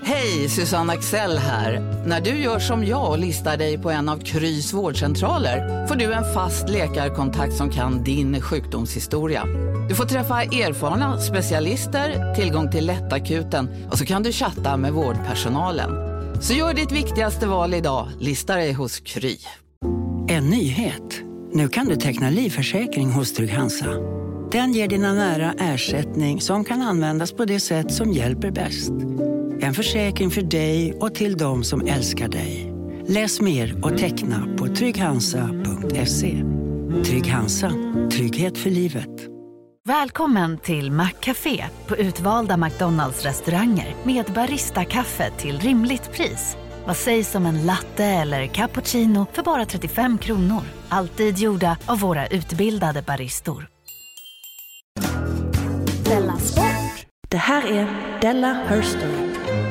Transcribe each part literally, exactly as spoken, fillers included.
Hej, Susanne Axel här. När du gör som jag och listar dig på en av Krys vårdcentraler får du en fast läkarkontakt som kan din sjukdomshistoria. Du får träffa erfarna specialister, tillgång till lättakuten och så kan du chatta med vårdpersonalen. Så gör ditt viktigaste val idag, lista dig hos Kry. En nyhet. Nu kan du teckna livförsäkring hos Trygg-Hansa. Den ger dina nära ersättning som kan användas på det sätt som hjälper bäst. En försäkring för dig och till de som älskar dig. Läs mer och teckna på trygghansa punkt se. Trygg-Hansa. Trygghet för livet. Välkommen till McCafé på utvalda McDonalds restauranger med Barista-kaffe till rimligt pris. Vad sägs om en latte eller cappuccino för bara trettiofem kronor? Alltid gjorda av våra utbildade baristor. Della Sport. Det här är Della Herstory.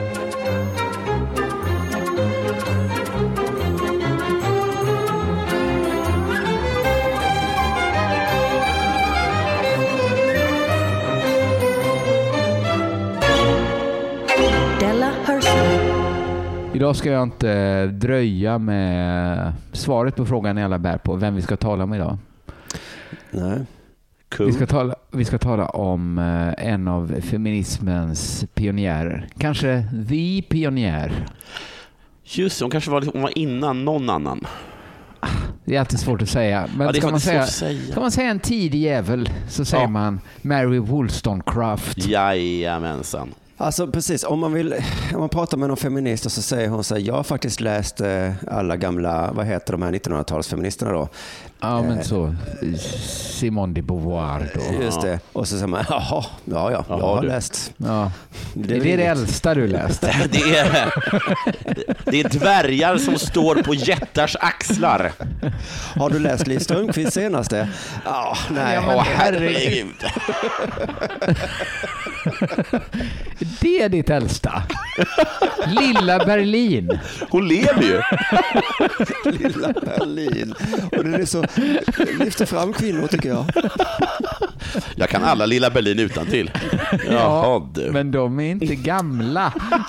Della Herstory. Idag ska jag inte dröja med svaret på frågan ni alla bär på vem vi ska tala om idag. Nej. Cool. Vi ska tala, vi ska tala om en av feminismens pionjärer. Kanske the pionjär. Just hon kanske var, hon var innan någon annan. Det är alltid svårt att säga. Men ja, ska, man säga, säga. ska man säga en tidig jävel så säger ja. man Mary Wollstonecraft. Jajamensan. Alltså precis, om man vill, om man pratar med någon feminist och så säger hon så här, jag har faktiskt läst eh, alla gamla, vad heter de här nittonhundratalsfeministerna då? Ja, men så Simone de Beauvoir då. Just det. Och så säger man, jaha, ja, ja, jag har du. läst. Ja. Det är det, är det äldsta du läst. det, är, det är dvärgar som står på jättars axlar. Har du läst Liv Strömquist senaste? Ja, nej. Åh, herregud. Det är ditt äldsta. Lilla Berlin. Hon lever ju. Lilla Berlin. Och det är så lyfter fram kvinnor tycker jag. Jag kan alla Lilla Berlin utan till. Ja, du. Men de är inte gamla.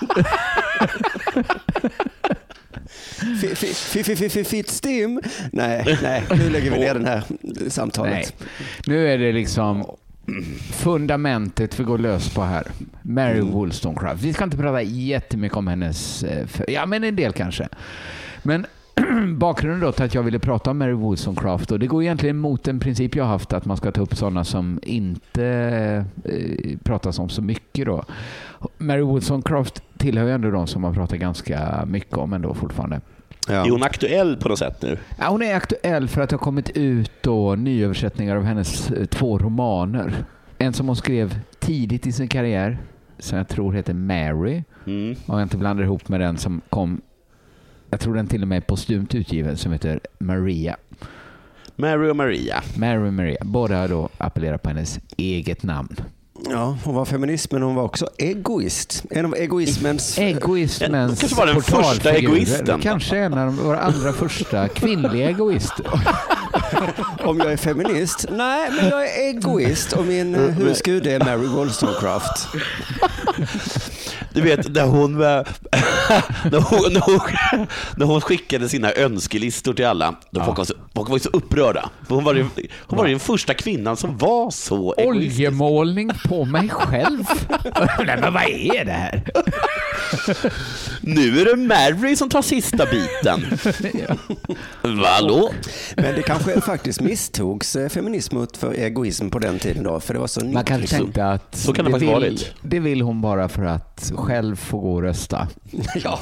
Fittstim? Nej, nej, nu lägger vi ner den här samtalet. Nej. Nu är det liksom fundamentet för att gå lös på här. Mary mm. Wollstonecraft. Vi ska inte prata jättemycket om hennes, ja men en del kanske. Men bakgrunden då till att jag ville prata om Mary Wollstonecraft, och det går egentligen mot en princip jag har haft att man ska ta upp sådana som inte eh, pratas om så mycket då. Mary Wollstonecraft tillhör ju ändå de som man pratar ganska mycket om ändå fortfarande. Ja. Är hon aktuell på något sätt nu? Ja, hon är aktuell för att det har kommit ut då nyöversättningar av hennes två romaner. En som hon skrev tidigt i sin karriär, som jag tror heter Mary. Mm. Och jag inte blandar ihop med den som kom, jag tror den till och med är postumt utgiven, som heter Maria. Mary och Maria. Mary och Maria. Båda då appellerar på hennes eget namn. Ja, hon var feminist men hon var också egoist. En av egoismens... Egoismens kanske var den första egoisten. Kanske en av våra allra första kvinnliga egoister. Om jag är feminist? Nej, men jag är egoist och min husgud är Mary Wollstonecraft. Du vet, när hon, när hon, när hon, när hon skickade sina önskelistor till alla, då ja. folk, var så, folk var så upprörda. Hon var, ju, hon var ju den första kvinnan som var så egoistisk. Oljemålning på mig själv. Nej, men vad är det här? Nu är det Mary som tar sista biten. Hallå? Men det kanske faktiskt misstogs feminism för egoism på den tiden då, för det var så man kan tänka att så kan det, det, vill, det vill hon bara för att själv få gå och rösta. Ja.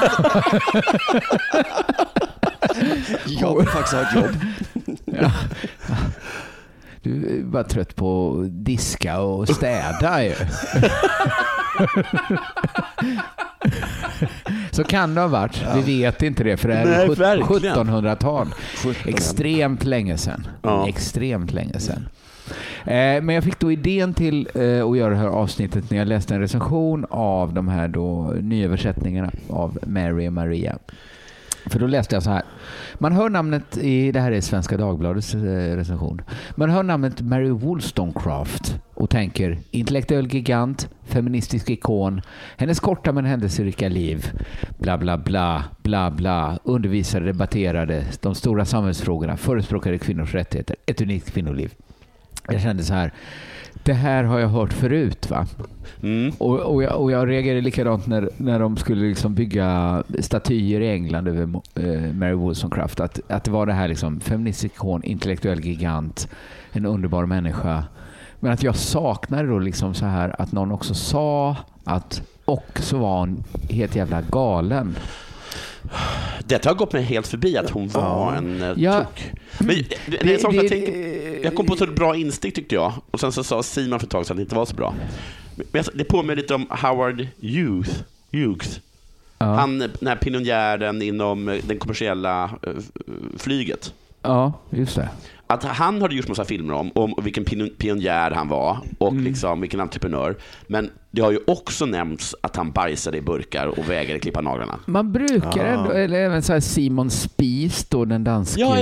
Jag vill faktiskt ha ett jobb. Ja. Du är bara trött på att diska och städa ju. Så kan det ha varit. Ja. Vi vet inte det, för det är Nej, sjuttonhundratal. Extremt länge sedan. Ja. Extremt länge sedan. Eh, men jag fick då idén till eh, att göra det här avsnittet när jag läste en recension av de här då nyöversättningarna av Mary och Maria. För då läste jag så här. Man hör namnet, i det här är Svenska Dagbladets recension. Man hör namnet Mary Wollstonecraft och tänker intellektuell gigant, feministisk ikon, hennes korta men händelserika liv, bla bla bla, bla bla, undervisade, debatterade de stora samhällsfrågorna, förespråkade kvinnors rättigheter, ett unikt kvinnoliv. Jag kände så här, det här har jag hört förut, va? Mm. Och, och, jag, och jag reagerade likadant när, när de skulle liksom bygga statyer i England över eh, Mary Wollstonecraft. Att, att det var det här liksom, feministisk ikon, intellektuell gigant, en underbar människa. Men att jag saknade då liksom så här att någon också sa att också var hon helt jävla galen. Det har gått mig helt förbi att hon var ja. en uh, ja. tok. Men det, det är sånt jag tänker, jag kom på ett bra instinkt tyckte jag. Och sen så sa Simon för ett tag så att det inte var så bra. Men det påminner lite om Howard Hughes. Hughes. Ja. Han, den här pionjären inom den kommersiella uh, flyget. Ja, just det. Att han hade gjort massa filmer om, om vilken pionjär han var och mm. liksom vilken entreprenör. Men det har ju också nämnts att han bajsade i burkar och vägrade klippa naglarna. Man brukar ah. ändå, eller även så här Simon Spies då, den danske ja,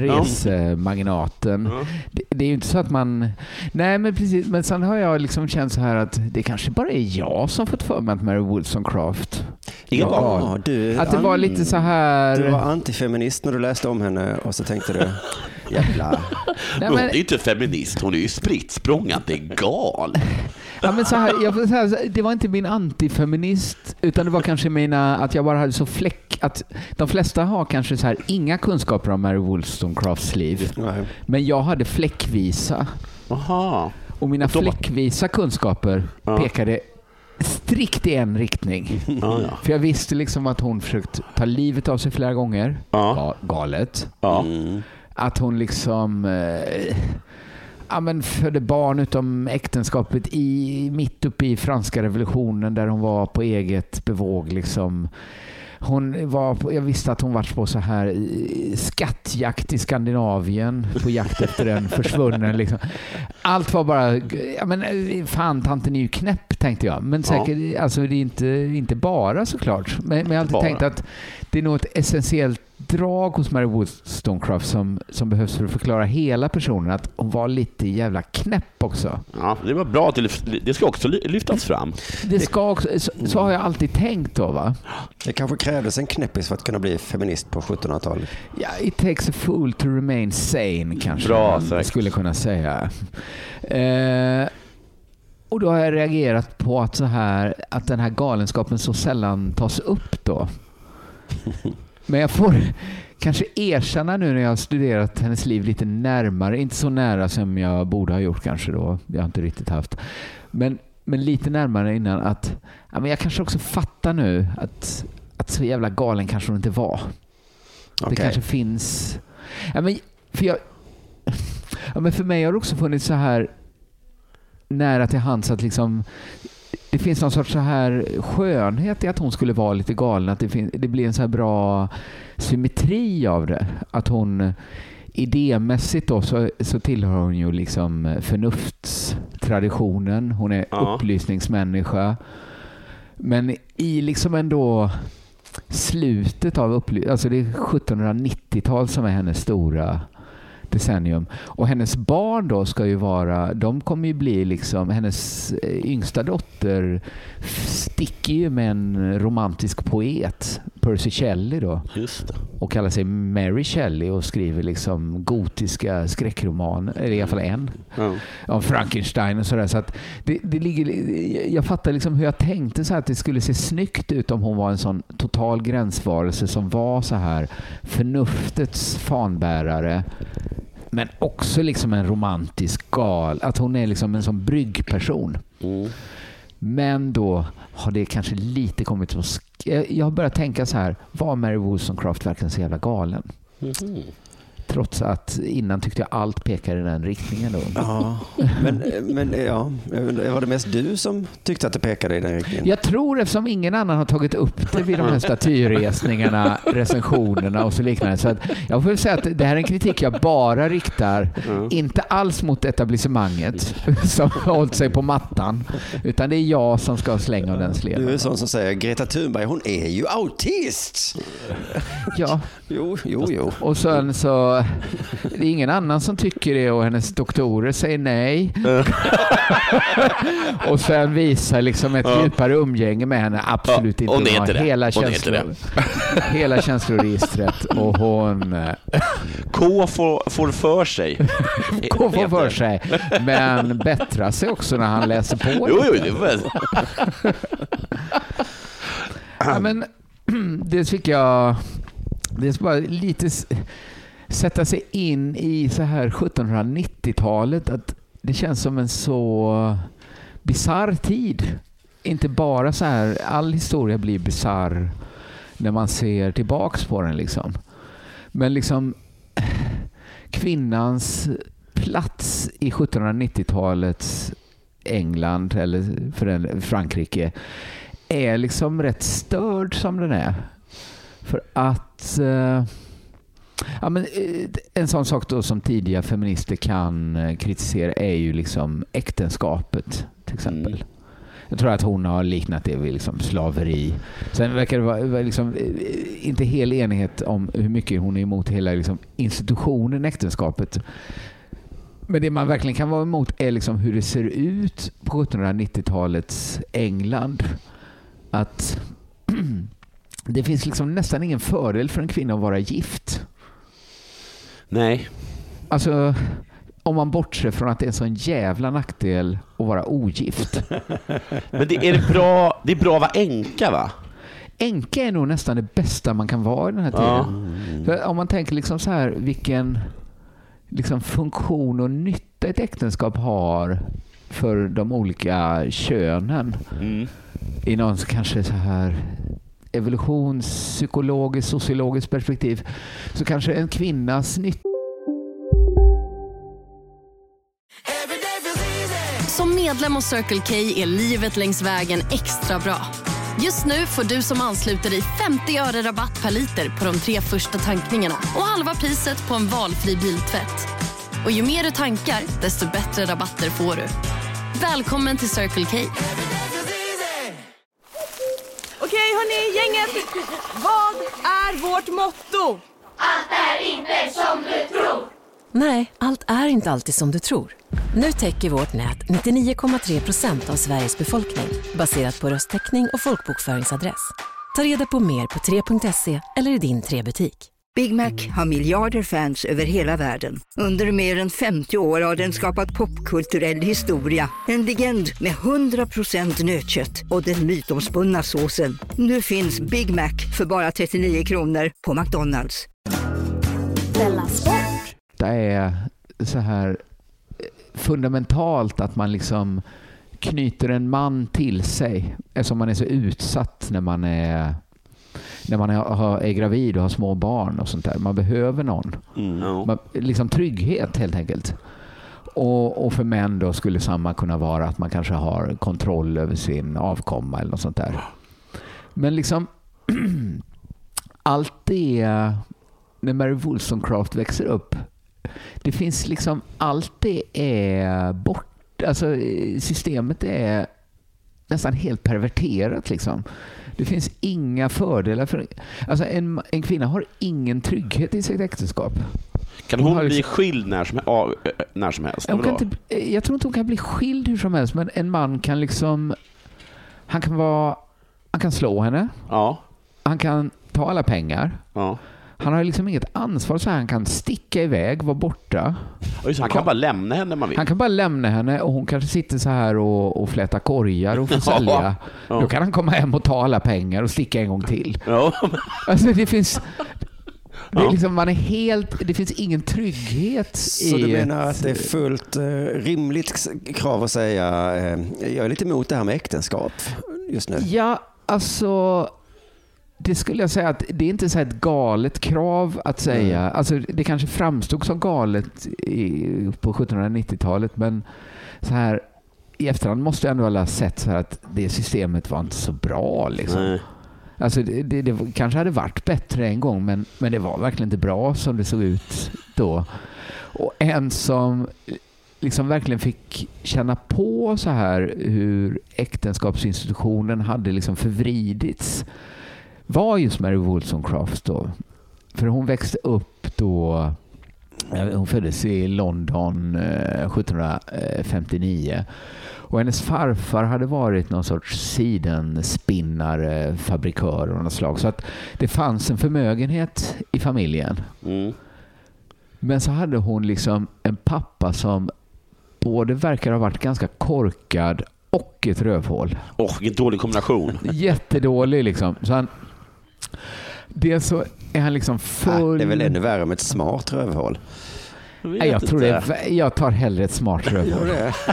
resemagnaten. Ja. Det, det är ju inte så att man... Nej, men precis. Men sen har jag liksom känt så här att det kanske bara är jag som fått för mig att Mary Wollstonecraft. Ja, du, att det var lite så här... Du var antifeminist när du läste om henne och så tänkte du... Jävla. Nej, men... Hon är ju inte feminist, hon är ju spritt språngande gal. Ja, men så här, jag får säga, det var inte min antifeminist, utan det var kanske mina, att jag bara hade så fläck, att de flesta har kanske så här inga kunskaper om Mary Wollstonecrafts liv. Nej. Men jag hade fläckvisa. Aha. Och mina fläckvisa kunskaper ja. pekade strikt i en riktning. Ja, ja. För jag visste liksom att hon försökt ta livet av sig flera gånger. Ja. Galet. Ja. Mm. Att hon liksom eh, ja, men födde barn utom äktenskapet i, mitt uppe i franska revolutionen där hon var på eget bevåg liksom. Hon var på, jag visste att hon var på så här skattjakt i Skandinavien, på jakt efter en försvunnen liksom. Allt var bara, ja men fan, tanten är ju knäpp, tänkte jag. Men säkert, ja. alltså det är inte, inte bara såklart. Men, men jag har alltid bara. tänkt att det är nog ett essentiellt drag hos Mary Wollstonecraft som, som behövs för att förklara hela personen, att hon var lite jävla knäpp också. Ja, det var bra att det, det ska också lyftas fram. Det ska också, så, så har jag alltid tänkt då, va? Det kanske krävdes en knäppis för att kunna bli feminist på sjuttonhundratalet. Ja, it takes a fool to remain sane, kanske bra, man skulle kunna säga. Eh, och då har jag reagerat på att så här, att den här galenskapen så sällan tas upp då. Men jag får kanske erkänna nu när jag har studerat hennes liv lite närmare. Inte så nära som jag borde ha gjort kanske då. Jag har inte riktigt haft. Men, men lite närmare innan att ja, men jag kanske också fattar nu att, att så jävla galen kanske hon inte var. Okay. Det kanske finns... Ja, men för, jag, ja, men för mig har det också funnits så här nära till hands att liksom... Det finns någon sorts så här skönhet i att hon skulle vara lite galen. Att det, fin- det blir en så här bra symmetri av det. Att hon idémässigt då så, så tillhör hon ju liksom förnuftstraditionen. Hon är ja. upplysningsmänniska. Men i liksom ändå slutet av upplysning, alltså det är sjuttonhundranittiotal som är hennes stora decennium. Och hennes barn då ska ju vara, de kommer ju bli liksom, hennes yngsta dotter sticker ju med en romantisk poet, Percy Shelley då. Just det. Och kallar sig Mary Shelley och skriver liksom gotiska skräckromaner, eller i alla fall en. Mm. Om Frankenstein och sådär. Så att det, det ligger, jag fattar liksom hur jag tänkte så här, att det skulle se snyggt ut om hon var en sån total gränsvarelse som var så här förnuftets fanbärare. Men också liksom en romantisk gal. Att hon är liksom en sån bryggperson. Mm. Men då har det kanske lite kommit att... Sk- jag har börjat tänka så här. Var Mary Wollstonecraft verkligen så jävla galen? Mm. Trots att innan tyckte jag allt pekade i den riktningen då. Ja, men, men ja, var det mest du som tyckte att det pekade i den riktningen? Jag tror, eftersom ingen annan har tagit upp det vid de här statyresningarna, recensionerna och så liknande. Så att jag får säga att det här är en kritik jag bara riktar, mm. inte alls mot etablissemanget som har hållit sig på mattan, utan det är jag som ska slänga av den sleden. Du är sån som säger, Greta Thunberg, hon är ju autist. Ja. Jo, jo, jo. Och sen så det är ingen annan som tycker det och hennes doktorer säger nej. Och sen visar liksom ett ja. djupare umgänge med henne. Absolut ja, inte. Hon är inte hela, hon känslor, är inte det. hela känsloregistret och hon... K får, får för sig. K får för sig. Men bättrar sig också när han läser på. Jo, jo, det var ja, men det tycker jag... Det är bara lite sätta sig in i så här sjuttonhundranittiotalet, att det känns som en så bizarr tid. Inte bara så här, all historia blir bizarr när man ser tillbaks på den liksom. Men liksom kvinnans plats i sjuttonhundranittiotalets England eller för den, Frankrike är liksom rätt störd som den är. För att eh, ja, men, en sån sak då som tidiga feminister kan kritisera är ju liksom äktenskapet till exempel. Mm. Jag tror att hon har liknat det vid liksom slaveri. Sen verkar det vara liksom, inte hel enighet om hur mycket hon är emot hela liksom, institutionen äktenskapet. Men det man verkligen kan vara emot är liksom hur det ser ut på sjuttonhundranittiotalets England. Att det finns liksom nästan ingen fördel för en kvinna att vara gift. Nej. Alltså, om man bortser från att det är en sån jävla nackdel att vara ogift. Men det är det bra, det är bra att vara änka, va? Änka är nog nästan det bästa man kan vara i den här tiden. Ja. Mm. För om man tänker liksom så här, vilken liksom funktion och nytta ett äktenskap har för de olika könen. Mm. I någon kanske så här evolutionspsykologiskt, sociologiskt perspektiv, så kanske en kvinnas nytta. Som medlem hos Circle K är livet längs vägen extra bra. Just nu får du som ansluter dig femtio öre rabatt per liter på de tre första tankningarna och halva priset på en valfri biltvätt. Och ju mer du tankar, desto bättre rabatter får du. Välkommen till Circle K. Okej hörni, gänget. Vad är vårt motto? Allt är inte som du tror. Nej, allt är inte alltid som du tror. Nu täcker vårt nät nittionio komma tre procent av Sveriges befolkning baserat på röstteckning och folkbokföringsadress. Ta reda på mer på tre punkt se eller i din tre-butik. Big Mac har miljarder fans över hela världen. Under mer än femtio år har den skapat popkulturell historia. En legend med hundra procent nötkött och den mytomspunna såsen. Nu finns Big Mac för bara trettionio kronor på McDonalds. Det är så här fundamentalt att man liksom knyter en man till sig eftersom man är så utsatt när man är när man är, är gravid och har små barn och sånt där. Man behöver någon. Mm. Man, liksom trygghet helt enkelt. Och, och för män då skulle samma kunna vara att man kanske har kontroll över sin avkomma eller något sånt där. Men liksom allt det när Mary Wollstonecraft växer upp, det finns liksom allt det är bort. Alltså systemet är nästan helt perverterat liksom. Det finns inga fördelar för alltså en, en kvinna har ingen trygghet i sitt äktenskap. Kan hon, hon bli liksom, skild när som, av, när som helst? Hon kan inte, jag tror inte hon kan bli skild hur som helst, men en man kan liksom han kan vara han kan slå henne. Ja. Han kan ta alla pengar. Ja. Han har liksom inget ansvar så han kan sticka iväg, vara borta. Just, han kan bara lämna henne om man vill. Han kan bara lämna henne och hon kanske sitter så här och, och flätar korgar och får sälja. Ja, ja. Då kan han komma hem och ta alla pengar och sticka en gång till. Ja. Alltså det finns det är liksom, man är helt, det finns ingen trygghet. Så i du menar att det är fullt eh, rimligt krav att säga eh, jag är lite emot det här med äktenskap just nu? Ja, alltså det skulle jag säga att det är inte så ett galet krav att säga. Mm. Alltså, det kanske framstod som galet i, på sjuttonhundranittiotalet, men så här i efterhand måste jag ändå ha sett så här att det systemet var inte så bra. Liksom. Mm. Alltså, det, det, det kanske hade varit bättre en gång, men, men det var verkligen inte bra som det såg ut då. Och en som liksom verkligen fick känna på så här hur äktenskapsinstitutionen hade liksom förvridits var just Mary Wollstonecraft då. För hon växte upp då, hon föddes i London sjuttonhundrafemtionio och hennes farfar hade varit någon sorts sidenspinnare, fabrikör och något slag. Så att det fanns en förmögenhet i familjen. Mm. Men så hade hon liksom en pappa som både verkar ha varit ganska korkad och ett rövhål. Åh, oh, vilken dålig kombination. Jättedålig liksom. Så han, dels så är han liksom full... Ah, det är väl ännu värre med ett smart rövhål. Jag, jag tror det är, jag tar hellre ett smart rövhål.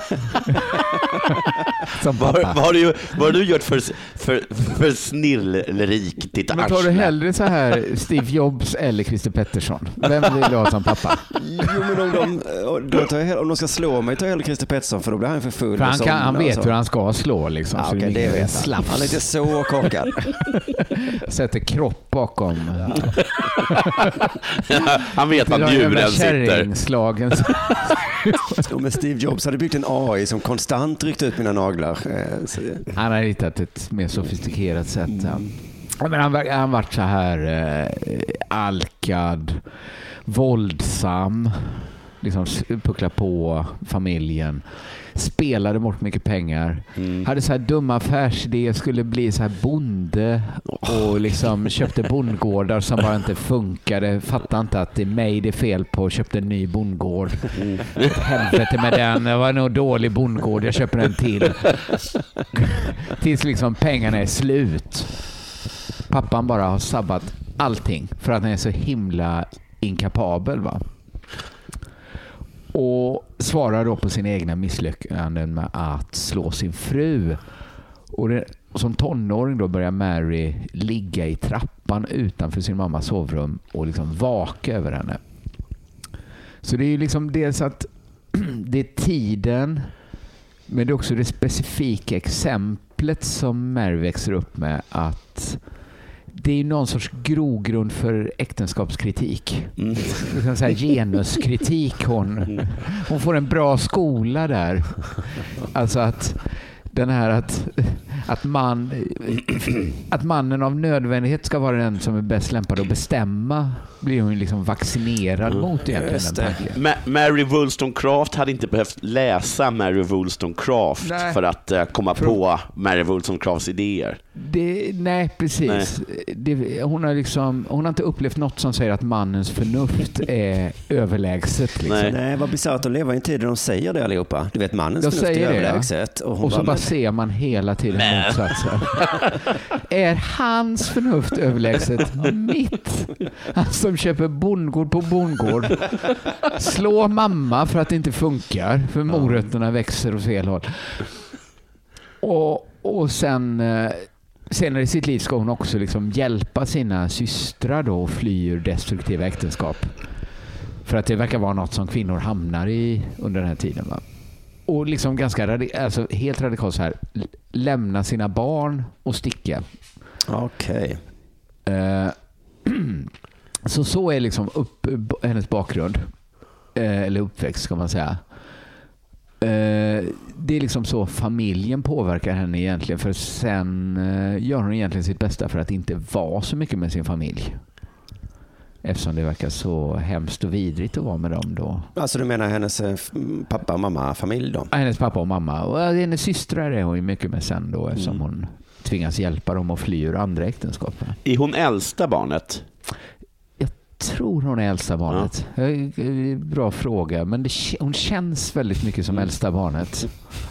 Som pappa. Vad, vad, har du, vad har du gjort för, för, för snillrik ditt men tar du hellre så här Steve Jobs eller Christer Pettersson? Vem vill du ha som pappa? Jo, men om de, då tar jag, om de ska slå mig tar jag hellre Christer Pettersson, för då blir han för full. För han, kan, han vet hur han ska slå liksom. Ah, okay, det vet slaps. Han är inte så korkad. Sätter kropp bakom. Ja, han vet att djuren sitter. Slagen. Så med Steve Jobs hade byggt en A I som konstant ryckt ut mina naglar. Så... Han har hittat ett mer sofistikerat sätt. Mm. Ja. Men han har varit så här eh, alkad, våldsam, liksom puckla på familjen, spelade bort mycket pengar, mm. hade så här dumma affärsidéer, skulle bli så här bonde och liksom köpte bondgårdar som bara inte funkade, fattade inte att det är mig det är fel på, köpte en ny bondgård. Mm. Helvete med den, det var nog dålig bondgård, jag köper en till. Tills liksom pengarna är slut. Pappan bara har sabbat allting för att han är så himla inkapabel, va? Och svarar då på sina egna misslyckanden med att slå sin fru. Och det, som tonåring då börjar Mary ligga i trappan utanför sin mammas sovrum och liksom vaka över henne. Så det är ju liksom dels att det är tiden, men det är också det specifika exemplet som Mary växer upp med, att det är någon sorts grogrund för äktenskapskritik. Mm. Liksom så här genuskritik. Hon, hon får en bra skola där. Alltså att den här att, att, man, att mannen av nödvändighet ska vara den som är bäst lämpad att bestämma, blir hon liksom vaccinerad mm. mot egentligen den tanken. Ma- Mary Wollstonecraft hade inte behövt läsa Mary Wollstonecraft nej. för att uh, komma för... på Mary Wollstonecrafts idéer. Det, nej, precis. Nej. Det, hon, har liksom, hon har inte upplevt något som säger att mannens förnuft är överlägset. Liksom. Nej. nej, vad bisarrt att leva i en tid där de säger det allihopa. Du vet, mannens de förnuft är överlägset. Ja. Och, hon och så bara, bara ser man hela tiden motsatsen. Är hans förnuft överlägset mitt? Han som köper bondgård på bondgård. Slå mamma för att det inte funkar. För morötterna växer åt fel håll. Och, och sen... Senare i sitt liv ska hon också liksom hjälpa sina systrar då och fly ur destruktiva äktenskap. För att det verkar vara något som kvinnor hamnar i under den här tiden, va? Och liksom ganska radik- alltså helt radikalt så här, lämna sina barn och sticka. Okej. Okay. Uh, så så är liksom upp, hennes bakgrund. Uh, eller uppväxt ska man säga. Uh, det är liksom så familjen påverkar henne egentligen, för sen uh, gör hon egentligen sitt bästa för att inte vara så mycket med sin familj. Eftersom det verkar så hemskt och vidrigt att vara med dem då. Alltså du menar hennes pappa och mamma, familj då? Ja, hennes pappa och mamma. Och hennes systrar är hon ju mycket med sen då, eftersom mm. hon tvingas hjälpa dem att fly ur andra äktenskap. Är hon äldsta barnet? Jag tror hon är äldsta barnet. Ja. Bra fråga. Men det, hon känns väldigt mycket som äldsta barnet.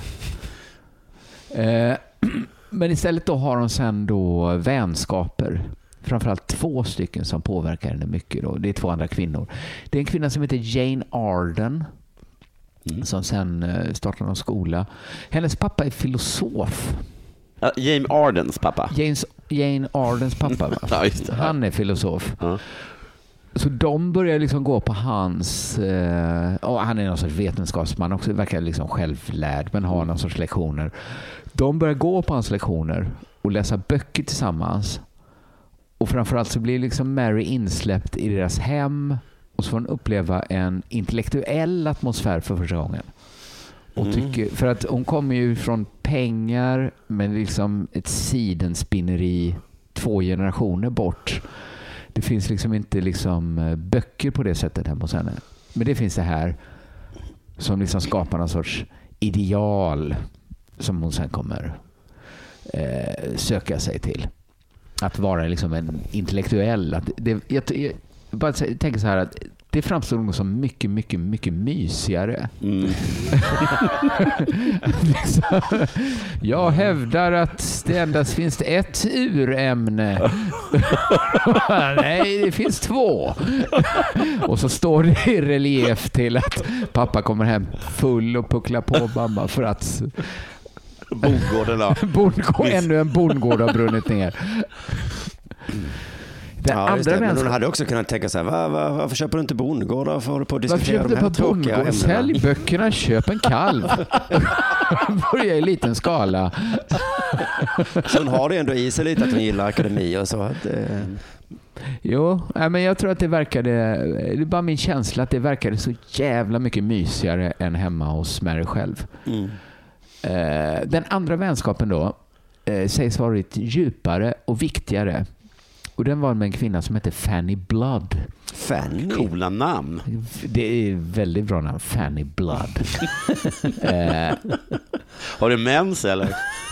eh, men istället då har hon sen då vänskaper. Framförallt två stycken som påverkar henne mycket då. Det är två andra kvinnor. Det är en kvinna som heter Jane Arden mm. som sen startade en skola. Hennes pappa är filosof. Ja, James Ardens pappa. James, Jane Ardens pappa, va? Ja, just det. Han är filosof. Ja. Så de börjar liksom gå på hans... Eh, och han är någon sorts vetenskapsman också, verkar liksom självlärd, men har någon sorts lektioner. De börjar gå på hans lektioner och läsa böcker tillsammans. Och framförallt så blir liksom Mary insläppt i deras hem och så får hon uppleva en intellektuell atmosfär för första gången. Och tycker, för att hon kommer ju från pengar, men liksom ett sidenspinneri två generationer bort. Det finns liksom inte liksom böcker på det sättet hemma hos henne. Men det finns det här som liksom skapar någon sorts ideal som hon sen kommer eh, söka sig till. Att vara liksom en intellektuell. Att det, jag, jag bara tänker så här att det framstår nog som mycket, mycket, mycket mysigare. Mm. Jag hävdar att det endast finns ett urämne. Nej, det finns två. Och så står det i relief till att pappa kommer hem full och pucklar på mamma för att bondgården bondgård, ännu en bondgård har brunnit ner. Ja, andra det. Men hon hade också kunnat tänka så här, var, var, varför köper du inte bondgårdar för att hålla på att diskutera de här tråkiga ämnena? Sälj böckerna, köp en kalv. Börja i liten skala. Så hon har det ändå i sig lite att hon gillar akademi och så. Att, eh... Jo, men jag tror att det verkade, det är bara min känsla att det verkade så jävla mycket mysigare än hemma hos Mary själv. Mm. Den andra vänskapen då sägs varit djupare och viktigare. Och den var med en kvinna som heter Fanny Blood. Fanny? Coola namn. Det är väldigt bra namn. Fanny Blood. eh. Har du mens eller?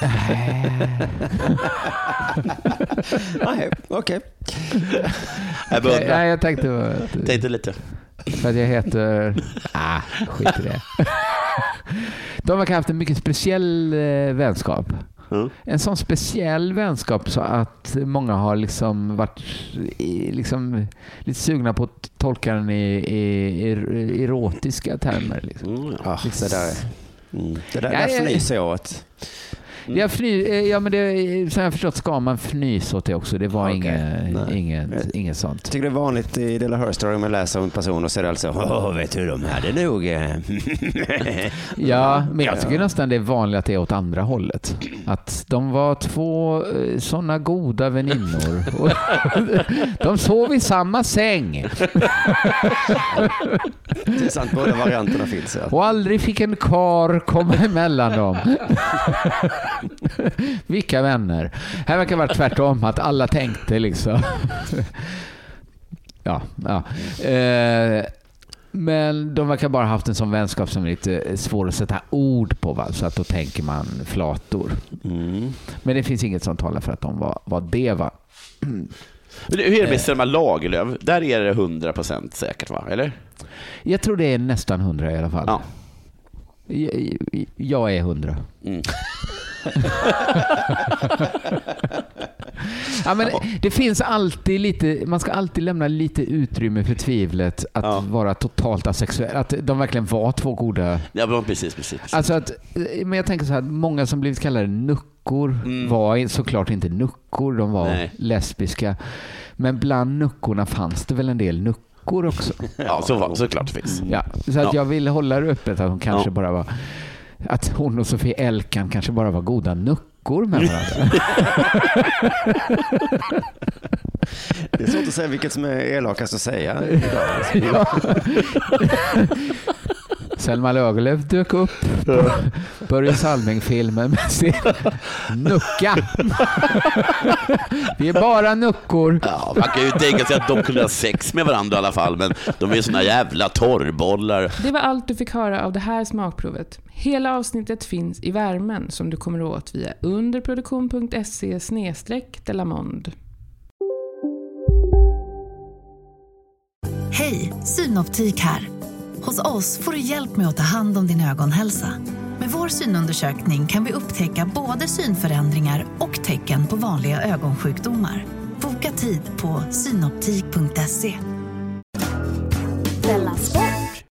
Nej, okej. Jag Nej, jag tänkte... Tänkte lite. För att jag heter... Ah, skit i det. De har haft en mycket speciell eh, vänskap. Mm. En sån speciell vänskap så att många har liksom varit i, liksom, lite sugna på att tolka den i, i, i erotiska termer. Liksom. Mm, ja, liksom. Det där, mm. det där, där fnyser jag åt. Mm. Jag fny, ja, men det, som jag förstått ska man fnys åt det också. Det var okay. inget, inget, inget sånt. Jag tycker det är vanligt i Della Her Story om man läser om en person och ser alltså, åh, vet du, de hade nog... Ja, men jag tycker ja. nästan det är vanligt att det är åt andra hållet. Att de var två sådana goda väninnor. De sov i samma säng. Det är sant, båda varianterna finns. Ja. Och aldrig fick en kar komma emellan dem. Vilka vänner. Här verkar vara tvärtom, att alla tänkte liksom ja, ja. Eh, men de verkar bara haft en sån vänskap som är lite svår att sätta ord på, va? Så att då tänker man flator. Mm. Men det finns inget som talar för att de var, var det, va? Hur är det med Selma Lagerlöf? Där är det hundra procent säkert, va? Eller? Jag tror det är nästan hundra i alla fall. Ja. Jag, jag är hundra. Mm. Ja, men det finns alltid lite, man ska alltid lämna lite utrymme för tvivlet att ja. vara totalt asexuell, att de verkligen var två goda. Ja, men precis, precis, precis. Alltså att, men jag tänker så här, många som blivit kallade nuckor mm. var såklart inte nuckor, de var Nej. lesbiska. Men bland nuckorna fanns det väl en del nuckor också. Ja, så, såklart det finns. Ja, så att ja. jag vill hålla det öppet att hon kanske ja. bara var, att hon och Sofie Elkan kanske bara var goda nuckor med varandra. Det är svårt att säga vilket som är elakast att säga idag. Ja. Selma Lagerlöf dök upp på Börje Salming-filmen med sin nucka. Vi är bara nuckor. Ja, man kan ju tänka sig att de kunde ha sex med varandra i alla fall, men de är såna jävla torrbollar. Det var allt du fick höra av det här smakprovet. Hela avsnittet finns i värmen som du kommer åt via underproduktion punkt se snedstreck Delamond. Hej, Synoptik här. Hos oss får du hjälp med att ta hand om din ögonhälsa. Med vår synundersökning kan vi upptäcka både synförändringar och tecken på vanliga ögonsjukdomar. Boka tid på synoptik punkt se. Della